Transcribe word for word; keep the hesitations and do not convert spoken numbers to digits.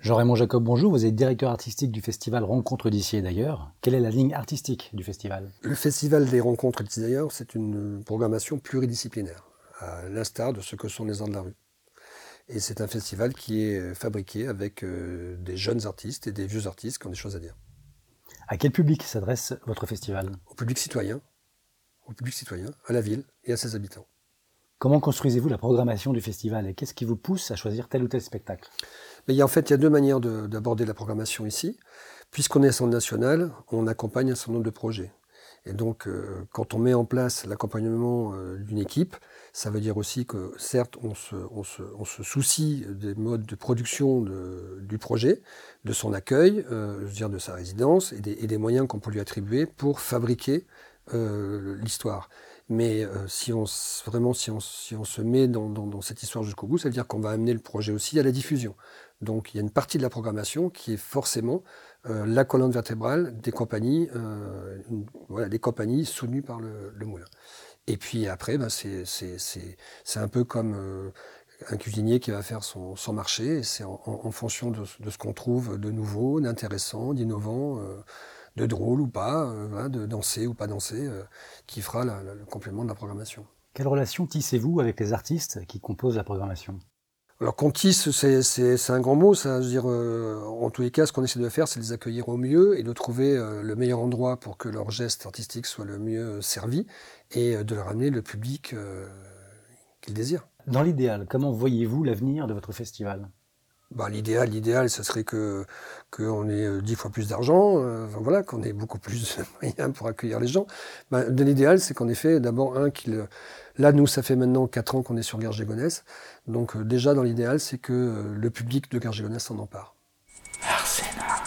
Jean-Raymond Jacob, bonjour. Vous êtes directeur artistique du festival Rencontres d'ici et d'ailleurs. Quelle est la ligne artistique du festival? Le festival des Rencontres d'ici et d'ailleurs, c'est une programmation pluridisciplinaire, à l'instar de ce que sont les Arts de la rue. Et c'est un festival qui est fabriqué avec euh, des jeunes artistes et des vieux artistes qui ont des choses à dire. À quel public s'adresse votre festival? Au public citoyen, au public citoyen, à la ville et à ses habitants. Comment construisez-vous la programmation du festival et qu'est-ce qui vous pousse à choisir tel ou tel spectacle? Mais il y a, en fait, il y a deux manières de, d'aborder la programmation ici. Puisqu'on est centre national, on accompagne un certain nombre de projets. Et donc, euh, quand on met en place l'accompagnement euh, d'une équipe, ça veut dire aussi que, certes, on se, on se, on se soucie des modes de production de, du projet, de son accueil, euh, je veux dire de sa résidence, et des, et des moyens qu'on peut lui attribuer pour fabriquer euh, l'histoire. Mais euh, si on, vraiment, si on, si on se met dans, dans, dans cette histoire jusqu'au bout, ça veut dire qu'on va amener le projet aussi à la diffusion. Donc il y a une partie de la programmation qui est forcément euh, la colonne vertébrale des compagnies, euh, une, voilà, des compagnies soutenues par le, le moulin. Et puis après, ben, c'est, c'est, c'est, c'est un peu comme euh, un cuisinier qui va faire son, son marché, et c'est en, en, en fonction de, de ce qu'on trouve de nouveau, d'intéressant, d'innovant, euh, de drôle ou pas, euh, hein, de danser ou pas danser, euh, qui fera la, la, le complément de la programmation. Quelle relation tissez-vous avec les artistes qui composent la programmation? Alors qu'on tisse, c'est, c'est, c'est un grand mot, ça. Je veux dire, euh, en tous les cas, ce qu'on essaie de faire, c'est de les accueillir au mieux et de trouver euh, le meilleur endroit pour que leur geste artistique soit le mieux servi et euh, de leur amener le public euh, qu'ils désirent. Dans l'idéal, comment voyez-vous l'avenir de votre festival? Bah, l'idéal, l'idéal, ce serait que qu'on ait dix fois plus d'argent, euh, enfin, voilà, qu'on ait beaucoup plus de moyens pour accueillir les gens. Bah, de l'idéal, c'est qu'en effet, d'abord, un, qu'il... Là, nous, ça fait maintenant quatre ans qu'on est sur Garges-lès-Gonesse. Donc, euh, déjà, dans l'idéal, c'est que euh, le public de Garges-lès-Gonesse s'en empare. Arsena.